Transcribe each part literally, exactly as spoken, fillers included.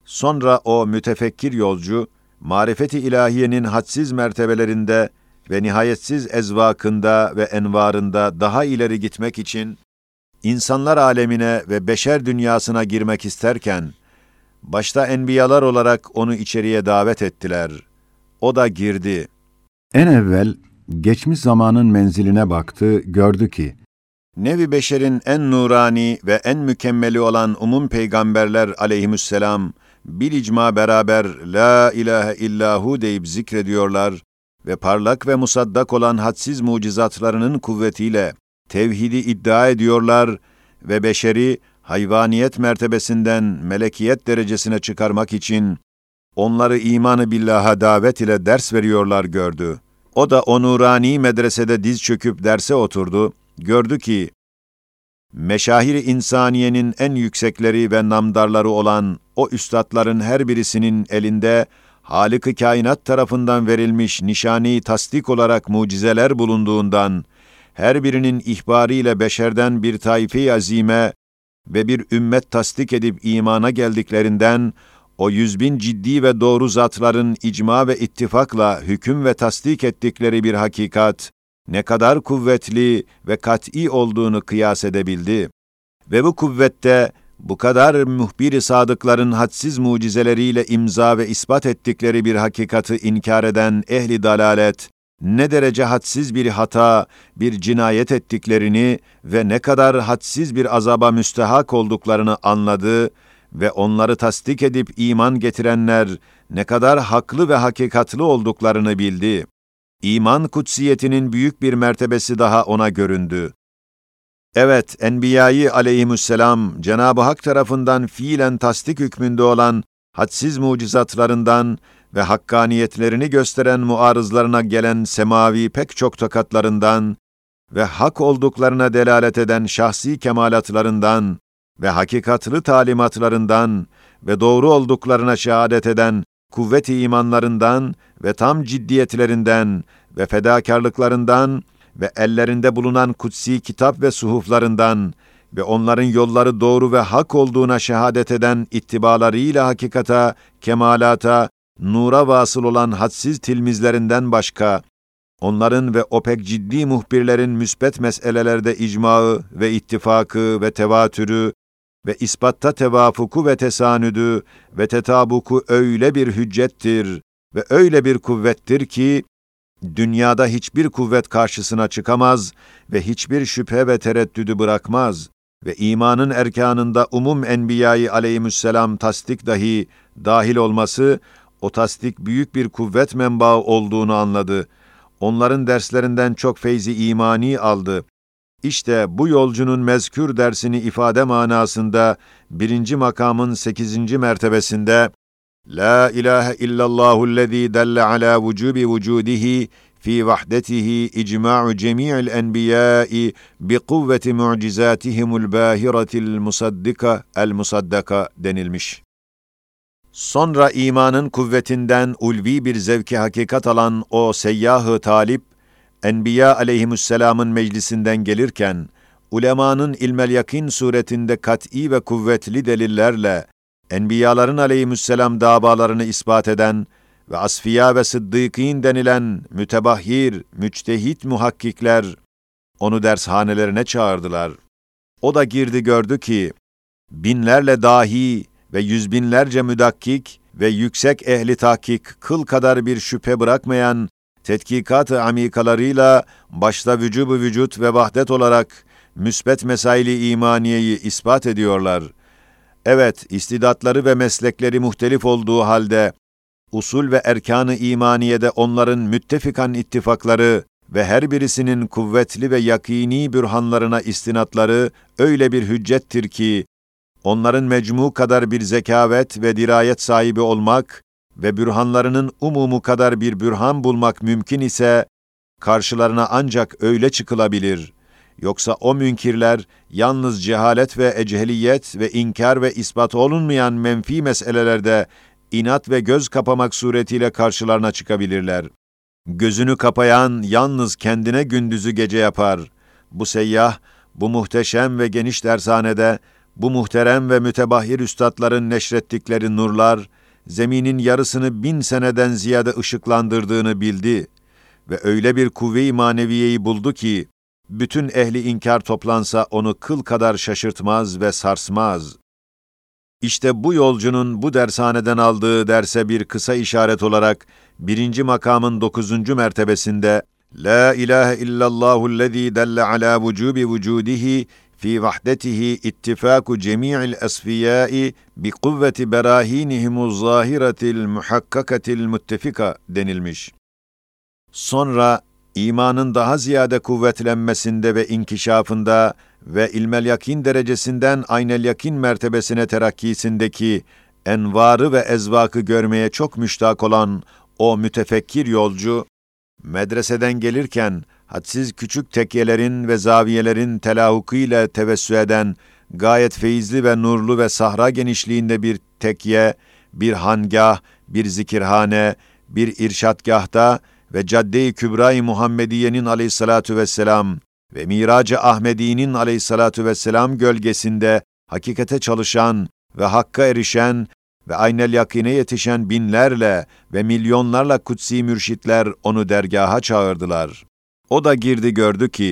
Sonra o mütefekkir yolcu, marifeti ilahiyenin hadsiz mertebelerinde ve nihayetsiz ezvakında ve envarında daha ileri gitmek için, insanlar alemine ve beşer dünyasına girmek isterken, başta enbiyalar olarak onu içeriye davet ettiler. O da girdi. En evvel geçmiş zamanın menziline baktı, gördü ki, Nevi beşerin en nurani ve en mükemmeli olan umum peygamberler aleyhisselam, bil icma beraber la ilahe illahu deyip zikrediyorlar ve parlak ve musaddak olan hadsiz mucizatlarının kuvvetiyle tevhidi iddia ediyorlar ve beşeri hayvaniyet mertebesinden melekiyet derecesine çıkarmak için onları imanı billaha davet ile ders veriyorlar gördü. O da o nurani medresede diz çöküp derse oturdu, gördü ki, meşahir-i insaniyenin en yüksekleri ve namdarları olan o üstadların her birisinin elinde Halik-i Kainat tarafından verilmiş nişani tasdik olarak mucizeler bulunduğundan, her birinin ihbarıyla beşerden bir taife-i azime ve bir ümmet tasdik edip imana geldiklerinden, o yüz bin ciddi ve doğru zatların icma ve ittifakla hüküm ve tasdik ettikleri bir hakikat, ne kadar kuvvetli ve kat'î olduğunu kıyas edebildi. Ve bu kuvvette, bu kadar muhbir-i sadıkların hadsiz mucizeleriyle imza ve ispat ettikleri bir hakikati inkar eden ehli dalalet, ne derece hadsiz bir hata, bir cinayet ettiklerini ve ne kadar hadsiz bir azaba müstehak olduklarını anladı ve onları tasdik edip iman getirenler ne kadar haklı ve hakikatlı olduklarını bildi. İman kutsiyetinin büyük bir mertebesi daha ona göründü. Evet, Enbiya-i aleyhisselam, Cenab-ı Hak tarafından fiilen tasdik hükmünde olan hadsiz mucizatlarından ve hakkaniyetlerini gösteren muarızlarına gelen semavi pek çok takatlarından ve hak olduklarına delalet eden şahsi kemalatlarından ve hakikatlı talimatlarından ve doğru olduklarına şehadet eden kuvvet-i imanlarından ve tam ciddiyetlerinden ve fedakarlıklarından ve ellerinde bulunan kutsi kitap ve suhuflarından ve onların yolları doğru ve hak olduğuna şehadet eden ittibalarıyla hakikata, kemalata, nura vasıl olan hadsiz tilmizlerinden başka, onların ve o pek ciddi muhbirlerin müsbet meselelerde icmağı ve ittifakı ve tevatürü ve ispatta tevafuku ve tesanüdü ve tetabuku öyle bir hüccettir ve öyle bir kuvvettir ki, dünyada hiçbir kuvvet karşısına çıkamaz ve hiçbir şüphe ve tereddüdü bırakmaz ve imanın erkanında umum enbiya-i aleyhisselam tasdik dahi dahil olması, o tasdik büyük bir kuvvet menbaı olduğunu anladı. Onların derslerinden çok feyzi imani aldı. İşte bu yolcunun mezkür dersini ifade manasında birinci makamın sekizinci mertebesinde La ilahe illallahüllezî delle alâ vücûbi vücûdihi fî vahdetihi icma'u cemî'il enbiyâi bi kuvveti mu'cizâtihimul bâhiretil musaddika el musaddaka denilmiş. Sonra imanın kuvvetinden ulvi bir zevki hakikat alan o seyyah-ı talip, Enbiya aleyhisselamın meclisinden gelirken, ulemanın ilmel yakin suretinde kat'î ve kuvvetli delillerle, Enbiyaların aleyhisselam davalarını ispat eden ve asfiya ve sıddıkîn denilen mütebahhir, müçtehit muhakkikler, onu dershanelerine çağırdılar. O da girdi gördü ki, binlerle dahi ve yüz binlerce müdakkik ve yüksek ehli tahkik kıl kadar bir şüphe bırakmayan tetkikat-ı amikalarıyla başta vücub-u vücut ve vahdet olarak müsbet mesail-i imaniyeyi ispat ediyorlar. Evet, istidatları ve meslekleri muhtelif olduğu halde, usul ve erkan-ı imaniyede onların müttefikan ittifakları ve her birisinin kuvvetli ve yakîni bürhanlarına istinatları öyle bir hüccettir ki, onların mecmu kadar bir zekavet ve dirayet sahibi olmak ve bürhanlarının umumu kadar bir bürhan bulmak mümkün ise, karşılarına ancak öyle çıkılabilir. Yoksa o münkirler, yalnız cehalet ve eceliyet ve inkar ve ispat olunmayan menfi meselelerde, inat ve göz kapamak suretiyle karşılarına çıkabilirler. Gözünü kapayan, yalnız kendine gündüzü gece yapar. Bu seyyah, bu muhteşem ve geniş dershanede, bu muhterem ve mütebahhir üstadların neşrettikleri nurlar, zeminin yarısını bin seneden ziyade ışıklandırdığını bildi ve öyle bir kuvve-i maneviyeyi buldu ki, bütün ehli inkar toplansa onu kıl kadar şaşırtmaz ve sarsmaz. İşte bu yolcunun bu dershaneden aldığı derse bir kısa işaret olarak, birinci makamın dokuzuncu mertebesinde, La ilahe illallahu'llezî delle alâ vücûbi vücûdihi fi vahdetihi ittifâku cemî'il esfiyâi bi kuvveti berâhînihimuz zâhiretil muhakkakatil muttefika denilmiş. Sonra imanın daha ziyade kuvvetlenmesinde ve inkişafında ve ilmel yakin derecesinden aynel yakin mertebesine terakkisindeki envarı ve ezvakı görmeye çok müştak olan o mütefekkir yolcu, medreseden gelirken hadsiz küçük tekyelerin ve zaviyelerin telahukuyla tevessü eden gayet feyizli ve nurlu ve sahra genişliğinde bir tekye, bir hangah, bir zikirhane, bir irşatgahta ve Cadde-i Kübra-i Muhammediye'nin aleyhissalatu vesselam ve Mirac-ı Ahmedi'nin aleyhissalatu vesselam gölgesinde hakikate çalışan ve hakka erişen ve aynel yakine yetişen binlerle ve milyonlarla kutsi mürşitler onu dergaha çağırdılar. O da girdi gördü ki,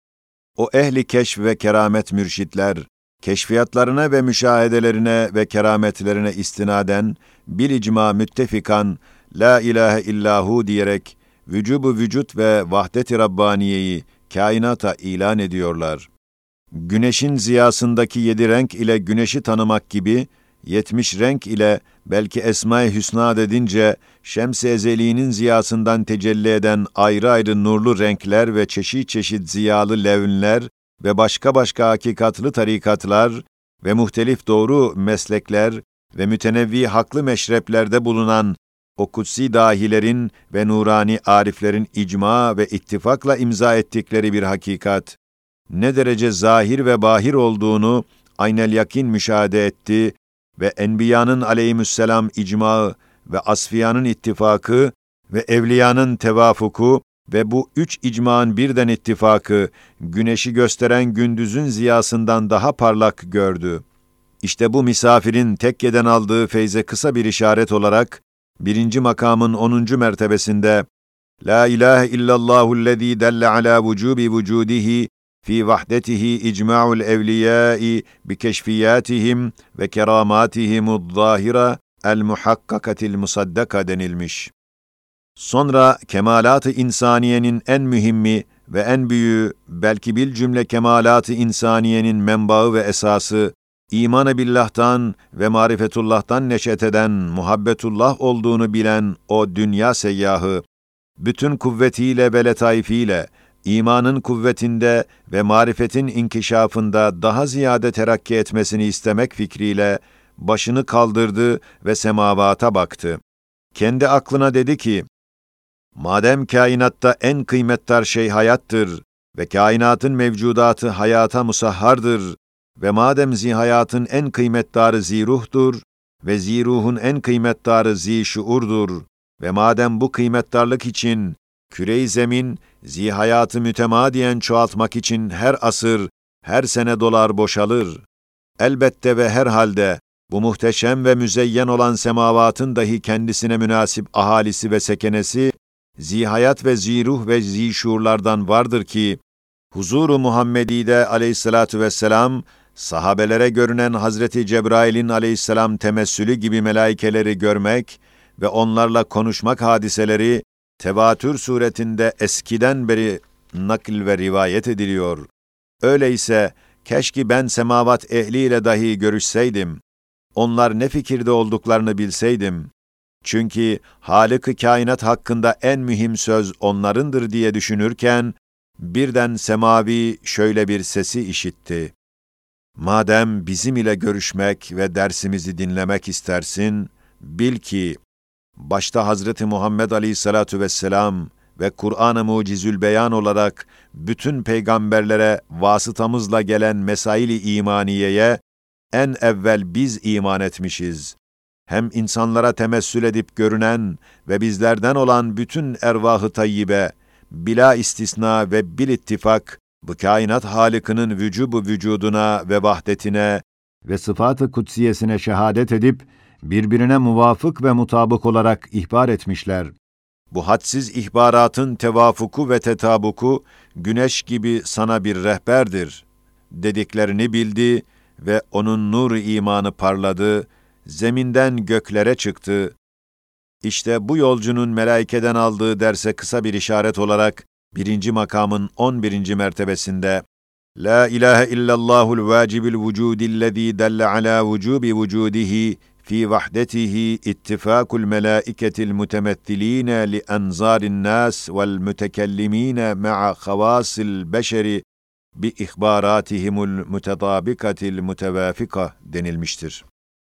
o ehli keşf ve keramet mürşitler, keşfiyatlarına ve müşahedelerine ve kerametlerine istinaden, bil icma müttefikan, la ilahe illahu diyerek, vücubu vücut ve vahdet-i Rabbaniye'yi kainata ilan ediyorlar. Güneşin ziyasındaki yedi renk ile güneşi tanımak gibi, yetmiş renk ile belki Esma-i Hüsna dedince, Şems-i Ezeli'nin ziyasından tecelli eden ayrı ayrı nurlu renkler ve çeşit çeşit ziyalı levnler ve başka başka hakikatlı tarikatlar ve muhtelif doğru meslekler ve mütenevvi haklı meşreplerde bulunan o kutsi dahilerin ve nurani ariflerin icma ve ittifakla imza ettikleri bir hakikat, ne derece zahir ve bahir olduğunu aynel yakin müşahede etti ve Enbiya'nın aleyhisselam icmaı ve Asfiya'nın ittifakı ve Evliya'nın tevafuku ve bu üç icmanın birden ittifakı, güneşi gösteren gündüzün ziyasından daha parlak gördü. İşte bu misafirin tekkeden aldığı feyze kısa bir işaret olarak, birinci makamın onuncu mertebesinde, La ilahe illallahu'llezî delle alâ vücûbi vücûdihi fi vahdetihi icma'ul evliyâi bi keşfiyâtihim ve kerâmâtihimud zâhira el muhakkakatil musaddaka denilmiş. Sonra kemalat-ı insaniyenin en mühimmi ve en büyüğü, belki bil cümle kemalat-ı insaniyenin menbaı ve esası, iman-ı billah'tan ve marifetullah'tan neşet eden muhabbetullah olduğunu bilen o dünya seyyahı, bütün kuvvetiyle ve letaifiyle, imanın kuvvetinde ve marifetin inkişafında daha ziyade terakki etmesini istemek fikriyle, başını kaldırdı ve semavata baktı. Kendi aklına dedi ki, madem kainatta en kıymetdar şey hayattır ve kainatın mevcudatı hayata musahhardır ve madem zihayatın en kıymetdarı ziruhtur ve ziruhun en kıymetdarı zişuurdur ve madem bu kıymetdarlık için küre-i zemin zihayatı mütemadiyen çoğaltmak için her asır, her sene dolar boşalır. Elbette ve herhalde bu muhteşem ve müzeyyen olan semavatın dahi kendisine münasip ahalisi ve sekenesi, zihayat ve ziruh ve zişuurlardan vardır ki, huzur-u Muhammedi'de aleyhissalatu vesselam, sahabelere görünen Hazreti Cebrail'in aleyhisselam temessülü gibi melaikeleri görmek ve onlarla konuşmak hadiseleri, tevatür suretinde eskiden beri nakil ve rivayet ediliyor. Öyleyse, keşke ben semavat ehliyle dahi görüşseydim, onlar ne fikirde olduklarını bilseydim. Çünkü Halık-ı kainat hakkında en mühim söz onlarındır diye düşünürken, birden semavi şöyle bir sesi işitti. Madem bizim ile görüşmek ve dersimizi dinlemek istersin, bil ki, başta Hazreti Muhammed Aleyhissalatu vesselam ve Kur'an-ı Mucizül Beyan olarak bütün peygamberlere vasıtamızla gelen mesail-i imaniyeye en evvel biz iman etmişiz. Hem insanlara temessül edip görünen ve bizlerden olan bütün ervah-ı tayyibe, bila istisna ve bil ittifak, bu kainat Halık'ının vücubu vücuduna ve vahdetine ve sıfat-ı kutsiyesine şehadet edip, birbirine muvafık ve mutabık olarak ihbar etmişler. Bu hadsiz ihbaratın tevafuku ve tetabuku, güneş gibi sana bir rehberdir dediklerini bildi ve onun nur-u imanı parladı, zeminden göklere çıktı. İşte bu yolcunun melaikeden aldığı derse kısa bir işaret olarak, birinci makamın on birinci mertebesinde, La ilahe illallahul vacibul vücudillezî delle alâ vücûbi vücûdihi fî vahdetihi ittifâkul melâiketil mutemethilîne li enzârin nâs vel mütekellimîne ma'a havâsil beşeri bi ihbârâtihimul mutedâbikatil mutevâfika denilmiştir.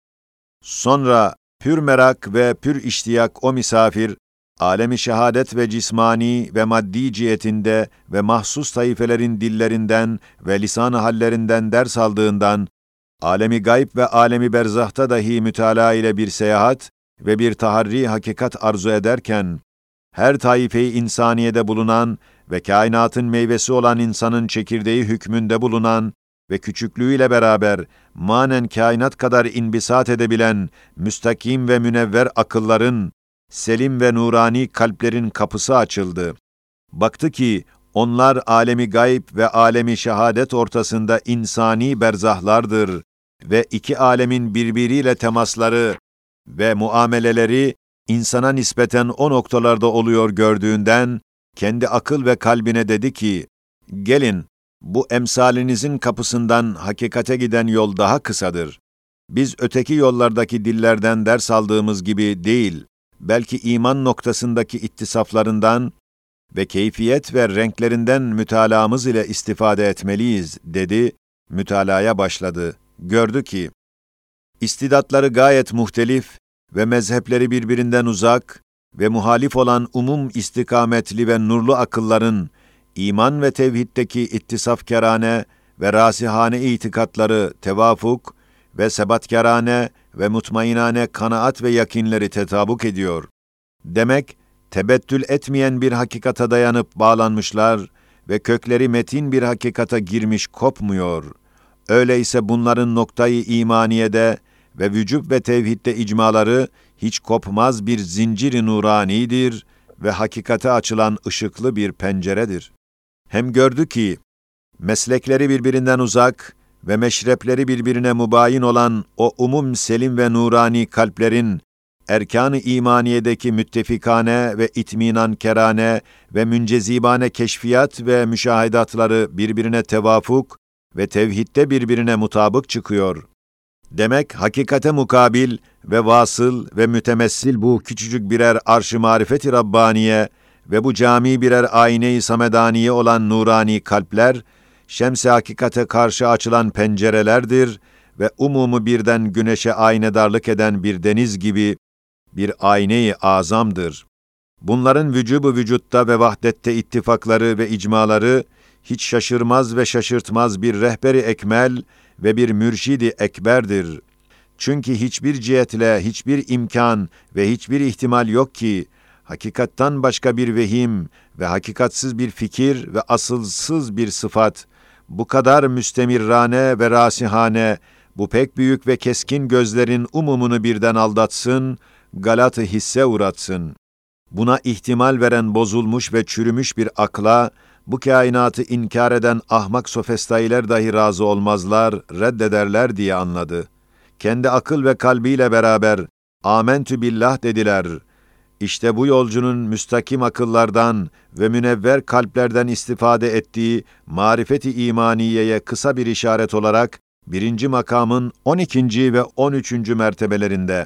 Sonra pür merak ve pür iştiyak o misafir, alemi şehadet ve cismani ve maddi cihetinde ve mahsus taifelerin dillerinden ve lisan-ı hallerinden ders aldığından, alemi gayb ve alemi berzahta dahi mütalaa ile bir seyahat ve bir taharri hakikat arzu ederken, her taife-i insaniyede bulunan ve kainatın meyvesi olan insanın çekirdeği hükmünde bulunan ve küçüklüğüyle beraber manen kainat kadar inbisat edebilen müstakim ve münevver akılların, selim ve nurani kalplerin kapısı açıldı. Baktı ki onlar alemi gayb ve alemi şehadet ortasında insani berzahlardır ve iki alemin birbiriyle temasları ve muameleleri insana nispeten o noktalarda oluyor gördüğünden, kendi akıl ve kalbine dedi ki, gelin, bu emsalinizin kapısından hakikate giden yol daha kısadır. Biz öteki yollardaki dillerden ders aldığımız gibi değil, belki iman noktasındaki ittisaflarından ve keyfiyet ve renklerinden mütalaamız ile istifade etmeliyiz, dedi, mütalaya başladı. Gördü ki, istidatları gayet muhtelif ve mezhepleri birbirinden uzak ve muhalif olan umum istikametli ve nurlu akılların, iman ve tevhiddeki ittisafkârane ve rasihane itikatları tevafuk ve sebatkârane ve mutmainane kanaat ve yakinleri tetabuk ediyor. Demek, tebettül etmeyen bir hakikata dayanıp bağlanmışlar ve kökleri metin bir hakikata girmiş kopmuyor. Öyleyse bunların noktayı imaniyede ve vücub ve tevhidde icmaları hiç kopmaz bir zincir-i nuranidir ve hakikate açılan ışıklı bir penceredir. Hem gördü ki, meslekleri birbirinden uzak ve meşrepleri birbirine mubayin olan o umum selim ve nurani kalplerin, erkan-ı imaniyedeki müttefikane ve itminankerane ve müncezibane keşfiyat ve müşahedatları birbirine tevafuk ve tevhidde birbirine mutabık çıkıyor. Demek hakikate mukabil ve vasıl ve mütemessil bu küçücük birer arş-ı marifet-i Rabbaniye ve bu cami birer ayne-i samedaniye olan nurani kalpler, şems-i hakikate karşı açılan pencerelerdir ve umumu birden güneşe aynedarlık eden bir deniz gibi bir ayne-i azamdır. Bunların vücubu vücutta ve vahdette ittifakları ve icmaları, hiç şaşırmaz ve şaşırtmaz bir rehber-i ekmel ve bir mürşid-i ekberdir. Çünkü hiçbir cihetle, hiçbir imkan ve hiçbir ihtimal yok ki, hakikattan başka bir vehim ve hakikatsız bir fikir ve asılsız bir sıfat, bu kadar müstemirrane ve rasihane, bu pek büyük ve keskin gözlerin umumunu birden aldatsın, galat-ı hisse uğratsın. Buna ihtimal veren bozulmuş ve çürümüş bir akla, bu kainatı inkar eden ahmak sofistailer dahi razı olmazlar, reddederler diye anladı. Kendi akıl ve kalbiyle beraber, Âmentü billah dediler. İşte bu yolcunun müstakim akıllardan ve münevver kalplerden istifade ettiği marifet-i imaniyeye kısa bir işaret olarak, birinci makamın on ikinci ve on üçüncü mertebelerinde,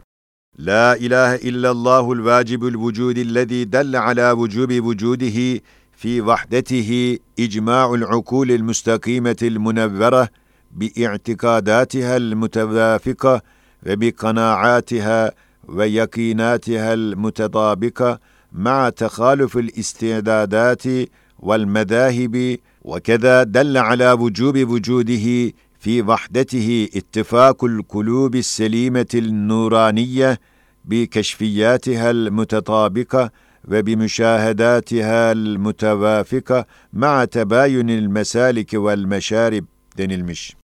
La ilahe illallahul vacibul vücudillezî delle alâ vücubi vücudihi fî vahdetihi icma'ul ukulil müstakimetil münevvere bi i'tikadâtihel mutevâfika ve bi kanâ'âtiha ve yakînâtihel mutedâbika ma'a tehâlufil istidâdâti vel medâhibi ve kezâ delle alâ vücubi vücudihi fi vahdetihi ittifâkul kulûbis selîmetil nûraniyye bi keşfiyâtihel mutetabika ve bi müşahedâtihel mutevâfika ma'a tebâyünil mesâliki vel meşârib denilmiş.